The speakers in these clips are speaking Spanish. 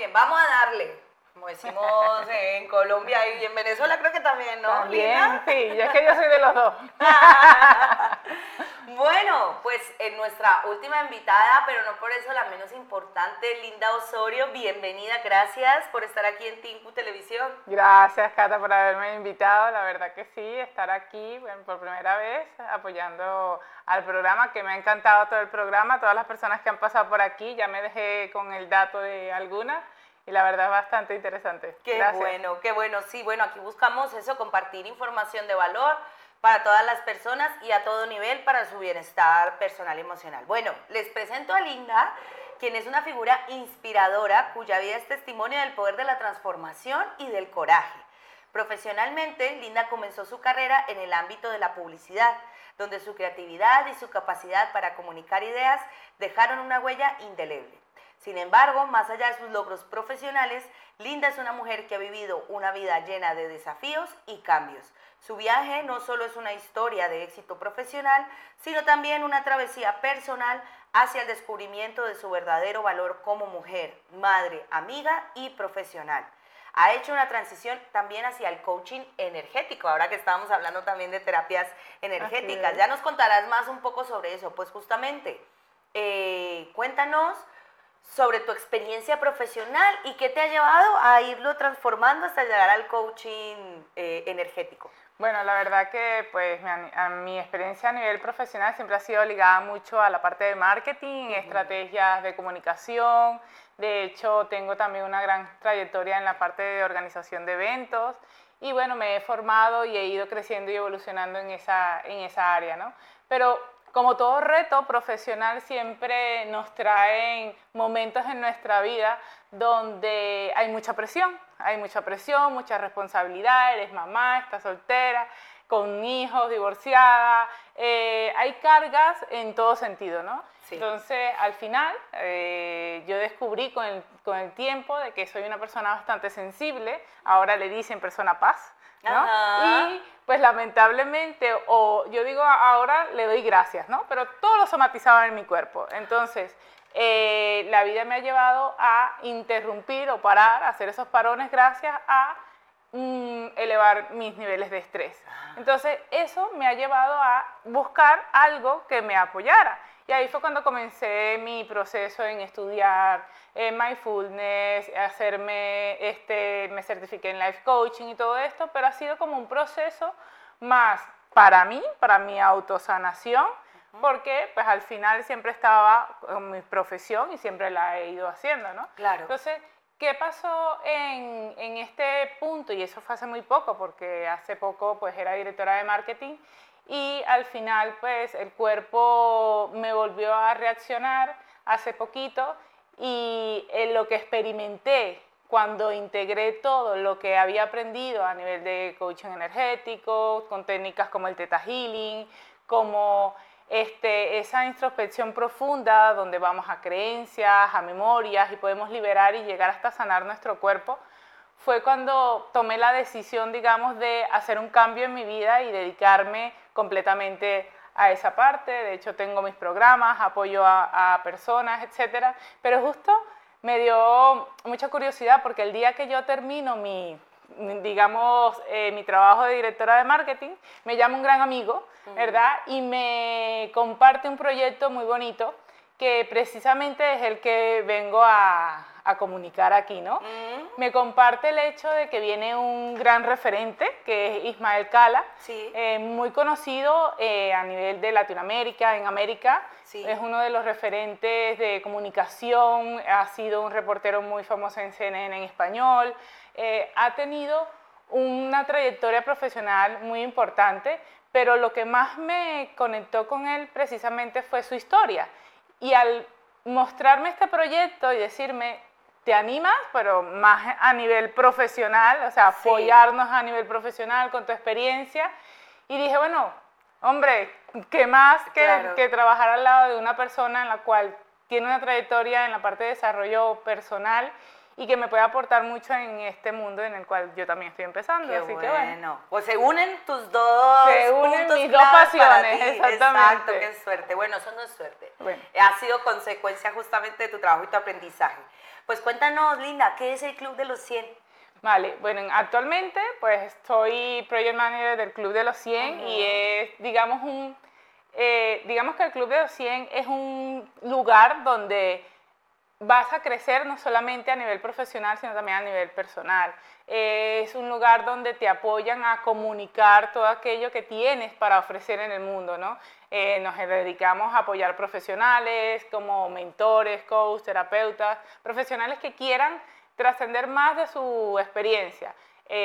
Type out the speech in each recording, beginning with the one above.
bien, vamos a darle. Como decimos en Colombia y en Venezuela creo que también, ¿no? También, sí, ya es que yo soy de los dos. Bueno, pues en nuestra última invitada, pero no por eso la menos importante, Linda Osorio, bienvenida, gracias por estar aquí en Tinku Televisión. Gracias, Cata, por haberme invitado. La verdad que sí, estar aquí por primera vez apoyando al programa, que me ha encantado todo el programa, todas las personas que han pasado por aquí, ya me dejé con el dato de algunas. Y la verdad es bastante interesante. Gracias. Qué bueno. Sí, bueno, aquí buscamos eso, compartir información de valor para todas las personas y a todo nivel para su bienestar personal y emocional. Bueno, les presento a Linda, quien es una figura inspiradora cuya vida es testimonio del poder de la transformación y del coraje. Profesionalmente, Linda comenzó su carrera en el ámbito de la publicidad, donde su creatividad y su capacidad para comunicar ideas dejaron una huella indeleble. Sin embargo, más allá de sus logros profesionales, Linda es una mujer que ha vivido una vida llena de desafíos y cambios. Su viaje no solo es una historia de éxito profesional, sino también una travesía personal hacia el descubrimiento de su verdadero valor como mujer, madre, amiga y profesional. Ha hecho una transición también hacia el coaching energético, ahora que estábamos hablando también de terapias energéticas. Ya nos contarás más un poco sobre eso. Pues justamente, cuéntanos sobre tu experiencia profesional y qué te ha llevado a irlo transformando hasta llegar al coaching energético. Bueno, la verdad que pues mi experiencia a nivel profesional siempre ha sido ligada mucho a la parte de marketing, estrategias de comunicación. De hecho, tengo también una gran trayectoria en la parte de organización de eventos y bueno, me he formado y he ido creciendo y evolucionando en esa área, ¿no? Pero como todo reto profesional siempre nos traen momentos en nuestra vida donde hay mucha presión, mucha responsabilidad, eres mamá, estás soltera, con hijos, divorciada, hay cargas en todo sentido, ¿no? Sí. Entonces, al final, yo descubrí con el tiempo de que soy una persona bastante sensible, ahora le dicen persona paz, ¿no? Ajá. Y pues lamentablemente, o yo digo ahora le doy gracias, ¿no? Pero todo lo somatizaba en mi cuerpo. Entonces, la vida me ha llevado a interrumpir o parar, a hacer esos parones gracias a elevar mis niveles de estrés. Entonces, eso me ha llevado a buscar algo que me apoyara. Y ahí fue cuando comencé mi proceso en estudiar mindfulness, me certifiqué en life coaching y todo esto, pero ha sido como un proceso más para mí, para mi autosanación, porque pues al final siempre estaba con mi profesión y siempre la he ido haciendo, ¿no? Claro. Entonces, ¿qué pasó en este punto? Y eso fue hace muy poco, porque hace poco pues era directora de marketing y al final pues el cuerpo me volvió a reaccionar hace poquito y en lo que experimenté cuando integré todo lo que había aprendido a nivel de coaching energético, con técnicas como el Theta Healing, como esa introspección profunda donde vamos a creencias, a memorias y podemos liberar y llegar hasta sanar nuestro cuerpo, fue cuando tomé la decisión, digamos, de hacer un cambio en mi vida y dedicarme completamente a esa parte. De hecho, tengo mis programas, apoyo a personas, etcétera, pero justo me dio mucha curiosidad porque el día que yo termino mi trabajo de directora de marketing, me llama un gran amigo, ¿verdad? Y me comparte un proyecto muy bonito que precisamente es el que vengo a comunicar aquí, ¿no? Me comparte el hecho de que viene un gran referente, que es Ismael Cala, Sí. Muy conocido a nivel de Latinoamérica, en América. Sí. Es uno de los referentes de comunicación, ha sido un reportero muy famoso en CNN en español, ha tenido una trayectoria profesional muy importante, pero lo que más me conectó con él precisamente fue su historia. Y al mostrarme este proyecto y decirme, ¿te animas? Pero más a nivel profesional, o sea, apoyarnos a nivel profesional con tu experiencia. Y dije, bueno, hombre, ¿qué más que trabajar al lado de una persona en la cual tiene una trayectoria en la parte de desarrollo personal y que me puede aportar mucho en este mundo en el cual yo también estoy empezando. Qué así bueno. que bueno. Pues se unen tus dos Se unen puntos mis dos claves para pasiones, ti. exactamente. Exacto, qué suerte. Bueno, eso no es suerte. Bueno. Ha sido consecuencia justamente de tu trabajo y tu aprendizaje. Pues cuéntanos, Linda, ¿qué es el Club de los 100? Vale, bueno, actualmente pues soy Project Manager del Club de los 100 y es, digamos, digamos que el Club de los 100 es un lugar donde vas a crecer no solamente a nivel profesional, sino también a nivel personal. Es un lugar donde te apoyan a comunicar todo aquello que tienes para ofrecer en el mundo, ¿no? Nos dedicamos a apoyar profesionales como mentores, coaches, terapeutas, profesionales que quieran trascender más de su experiencia,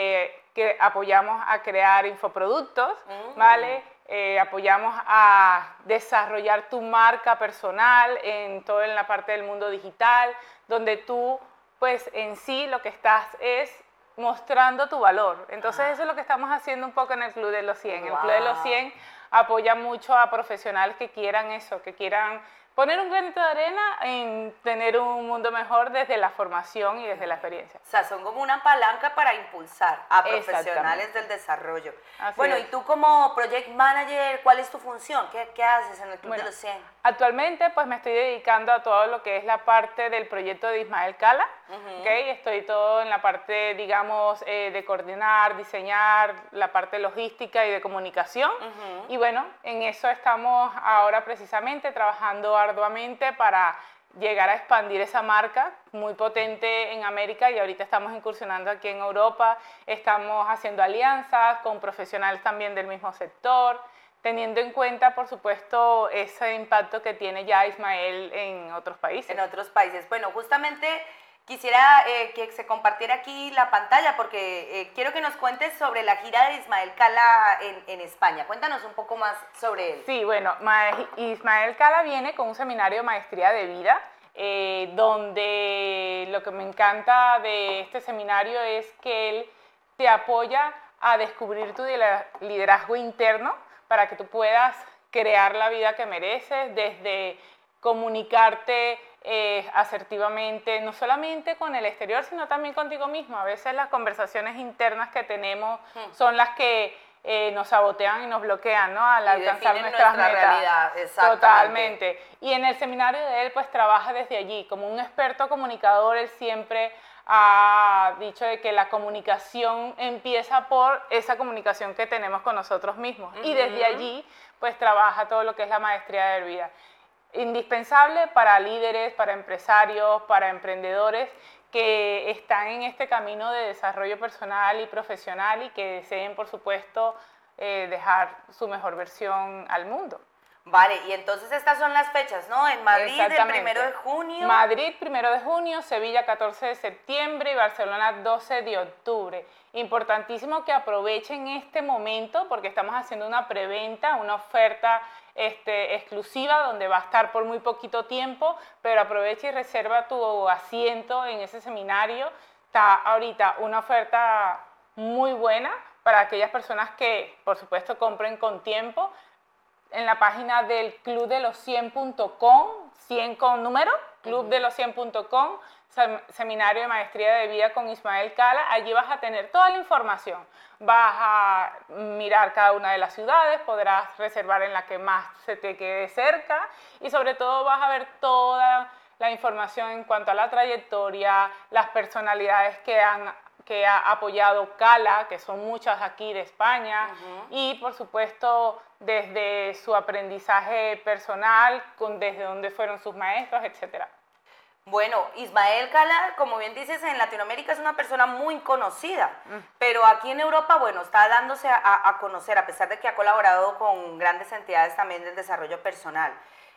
que apoyamos a crear infoproductos, ¿vale? Apoyamos a desarrollar tu marca personal en la parte del mundo digital, donde tú, pues en sí lo que estás es mostrando tu valor. Entonces eso es lo que estamos haciendo un poco en el Club de los 100. Wow. El Club de los 100 apoya mucho a profesionales que quieran eso, que quieran poner un granito de arena en tener un mundo mejor desde la formación y desde la experiencia. O sea, son como una palanca para impulsar a profesionales del desarrollo. Bueno, y tú como Project Manager, ¿cuál es tu función? ¿Qué haces en el Club de los 100? Actualmente pues me estoy dedicando a todo lo que es la parte del proyecto de Ismael Cala, ¿okay? Estoy todo en la parte, digamos, de coordinar, diseñar, la parte logística y de comunicación. Y bueno, en eso estamos ahora precisamente trabajando arduamente para llegar a expandir esa marca muy potente en América y ahorita estamos incursionando aquí en Europa, estamos haciendo alianzas con profesionales también del mismo sector, teniendo en cuenta, por supuesto, ese impacto que tiene ya Ismael en otros países. En otros países. Bueno, justamente quisiera que se compartiera aquí la pantalla porque quiero que nos cuentes sobre la gira de Ismael Cala en España. Cuéntanos un poco más sobre él. Sí, bueno, Ismael Cala viene con un seminario de maestría de vida, donde lo que me encanta de este seminario es que él te apoya a descubrir tu liderazgo interno para que tú puedas crear la vida que mereces, desde comunicarte asertivamente, no solamente con el exterior, sino también contigo mismo. A veces las conversaciones internas que tenemos son las que nos sabotean y nos bloquean, ¿no? Al alcanzar nuestras metas. Realidad, exactamente. Totalmente. Y en el seminario de él, pues trabaja desde allí. Como un experto comunicador, él siempre ha dicho de que la comunicación empieza por esa comunicación que tenemos con nosotros mismos. Y desde allí, pues trabaja todo lo que es la maestría de vida. Indispensable para líderes, para empresarios, para emprendedores que están en este camino de desarrollo personal y profesional y que deseen, por supuesto, dejar su mejor versión al mundo. Vale, y entonces estas son las fechas, ¿no? En Madrid el 1 de junio. Madrid 1 de junio, Sevilla 14 de septiembre y Barcelona 12 de octubre. Importantísimo que aprovechen este momento porque estamos haciendo una preventa, una oferta exclusiva donde va a estar por muy poquito tiempo, pero aprovecha y reserva tu asiento en ese seminario. Está ahorita una oferta muy buena para aquellas personas que, por supuesto, compren con tiempo. En la página del clubdelos100.com, 100 con número, clubdelos100.com, seminario de maestría de vida con Ismael Cala. Allí vas a tener toda la información. Vas a mirar cada una de las ciudades, podrás reservar en la que más se te quede cerca y sobre todo vas a ver toda la información en cuanto a la trayectoria, las personalidades que ha apoyado Cala, que son muchas aquí de España, y por supuesto desde su aprendizaje personal, desde dónde fueron sus maestros, etcétera. Bueno, Ismael Cala, como bien dices, en Latinoamérica es una persona muy conocida, pero aquí en Europa, bueno, está dándose a conocer, a pesar de que ha colaborado con grandes entidades también del desarrollo personal.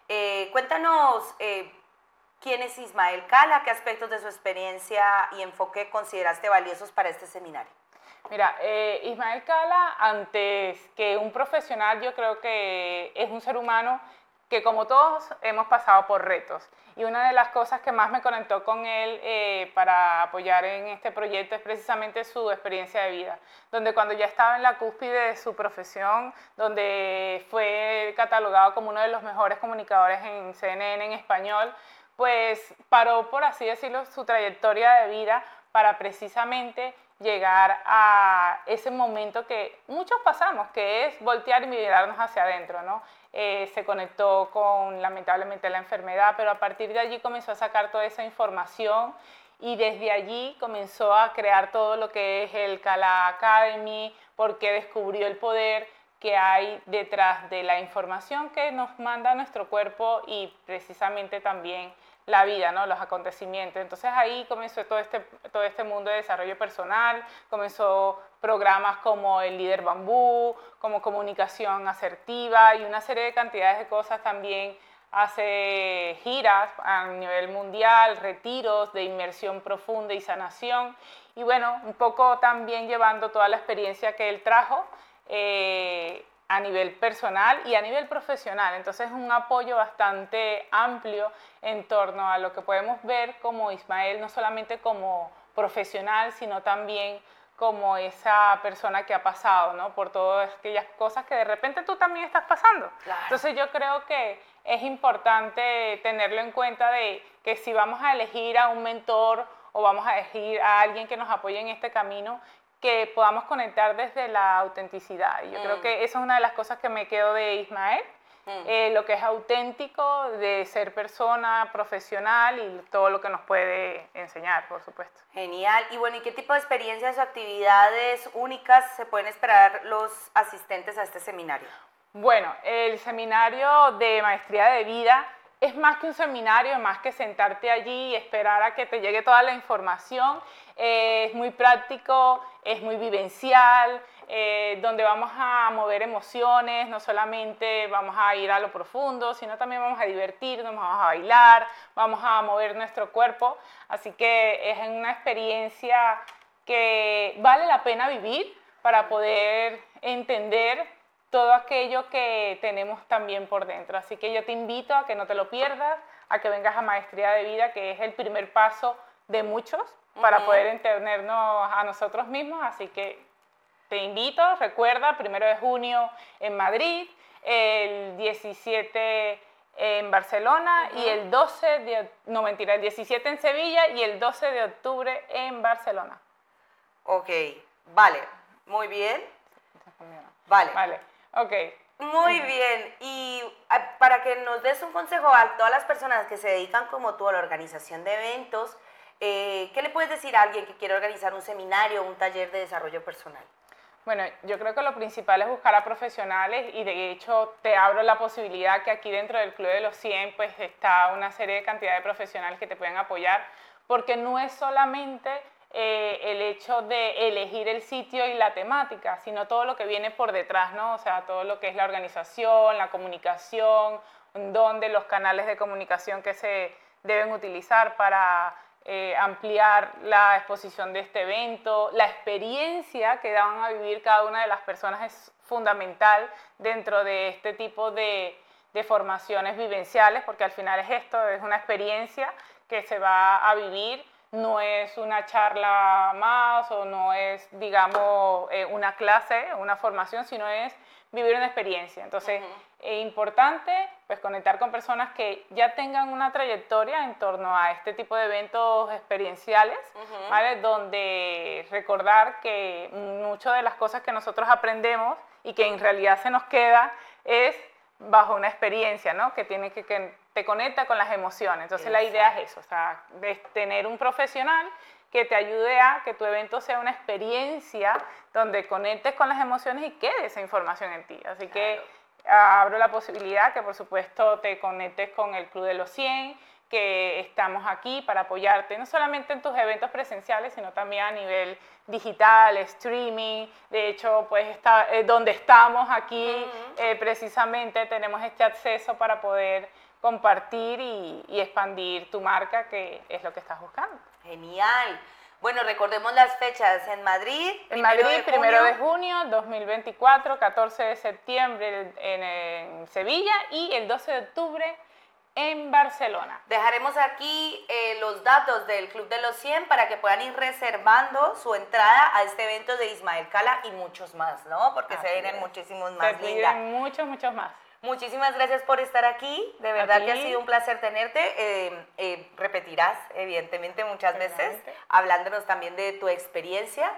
Cuéntanos quién es Ismael Cala, qué aspectos de su experiencia y enfoque consideraste valiosos para este seminario. Mira, Ismael Cala, antes que un profesional, yo creo que es un ser humano que como todos hemos pasado por retos. Y una de las cosas que más me conectó con él para apoyar en este proyecto es precisamente su experiencia de vida, donde cuando ya estaba en la cúspide de su profesión, donde fue catalogado como uno de los mejores comunicadores en CNN en español, pues paró, por así decirlo, su trayectoria de vida para precisamente llegar a ese momento que muchos pasamos, que es voltear y mirarnos hacia adentro, ¿no? Se conectó con, lamentablemente, la enfermedad, pero a partir de allí comenzó a sacar toda esa información y desde allí comenzó a crear todo lo que es el Kala Academy, porque descubrió el poder que hay detrás de la información que nos manda nuestro cuerpo y precisamente también la vida, ¿no? Los acontecimientos. Entonces ahí comenzó todo este mundo de desarrollo personal, comenzó programas como el Líder Bambú, como comunicación asertiva y una serie de cantidades de cosas también. Hace giras a nivel mundial, retiros de inmersión profunda y sanación y bueno, un poco también llevando toda la experiencia que él trajo a nivel personal y a nivel profesional. Entonces es un apoyo bastante amplio en torno a lo que podemos ver como Ismael, no solamente como profesional, sino también como esa persona que ha pasado, ¿no? Por todas aquellas cosas que de repente tú también estás pasando. Claro. Entonces yo creo que es importante tenerlo en cuenta de que si vamos a elegir a un mentor o vamos a elegir a alguien que nos apoye en este camino, que podamos conectar desde la autenticidad. Y yo creo que esa es una de las cosas que me quedo de Ismael, lo que es auténtico, de ser persona profesional y todo lo que nos puede enseñar, por supuesto. Genial. Y bueno, ¿y qué tipo de experiencias o actividades únicas se pueden esperar los asistentes a este seminario? Bueno, el seminario de maestría de vida es más que un seminario, es más que sentarte allí y esperar a que te llegue toda la información. Es muy práctico, es muy vivencial, donde vamos a mover emociones, no solamente vamos a ir a lo profundo, sino también vamos a divertirnos, vamos a bailar, vamos a mover nuestro cuerpo. Así que es una experiencia que vale la pena vivir para poder entender todo aquello que tenemos también por dentro. Así que yo te invito a que no te lo pierdas, a que vengas a Maestría de Vida, que es el primer paso de muchos para poder entendernos a nosotros mismos. Así que te invito, recuerda, 1 de junio en Madrid, el 17 en Barcelona y el 17 en Sevilla y el 12 de octubre en Barcelona. Ok, vale, muy bien. Vale. Vale. Ok. Muy bien, y para que nos des un consejo a todas las personas que se dedican como tú a la organización de eventos, ¿qué le puedes decir a alguien que quiere organizar un seminario o un taller de desarrollo personal? Bueno, yo creo que lo principal es buscar a profesionales y de hecho te abro la posibilidad que aquí dentro del Club de los 100 pues está una serie de cantidad de profesionales que te pueden apoyar, porque no es solamente el hecho de elegir el sitio y la temática, sino todo lo que viene por detrás, ¿no? O sea, todo lo que es la organización, la comunicación, dónde los canales de comunicación que se deben utilizar para ampliar la exposición de este evento, la experiencia que van a vivir cada una de las personas es fundamental dentro de este tipo de formaciones vivenciales, porque al final es esto, es una experiencia que se va a vivir. No es una charla más o no es, digamos, una clase, una formación, sino es vivir una experiencia. Entonces, es importante pues, conectar con personas que ya tengan una trayectoria en torno a este tipo de eventos experienciales, ¿vale? Donde recordar que muchas de las cosas que nosotros aprendemos y que en realidad se nos queda es bajo una experiencia, ¿no? Que tiene que te conecta con las emociones. Entonces la idea es eso, o sea, de tener un profesional que te ayude a que tu evento sea una experiencia donde conectes con las emociones y quede esa información en ti. Así que abro la posibilidad que por supuesto te conectes con el Club de los 100, que estamos aquí para apoyarte, no solamente en tus eventos presenciales, sino también a nivel digital, streaming. De hecho, pues donde estamos aquí, precisamente tenemos este acceso para poder compartir y expandir tu marca, que es lo que estás buscando. Genial. Bueno, recordemos las fechas en Madrid. En Madrid, 1 de junio 2024, 14 de septiembre en Sevilla y el 12 de octubre en Barcelona. Dejaremos aquí los datos del Club de los 100 para que puedan ir reservando su entrada a este evento de Ismael Cala y muchos más, ¿no? Porque se vienen muchísimos más, Linda. Se vienen muchos más. Muchísimas gracias por estar aquí, de verdad A que ha ti. sido un placer tenerte. Repetirás, evidentemente, muchas veces, Seguramente. hablándonos también de tu experiencia.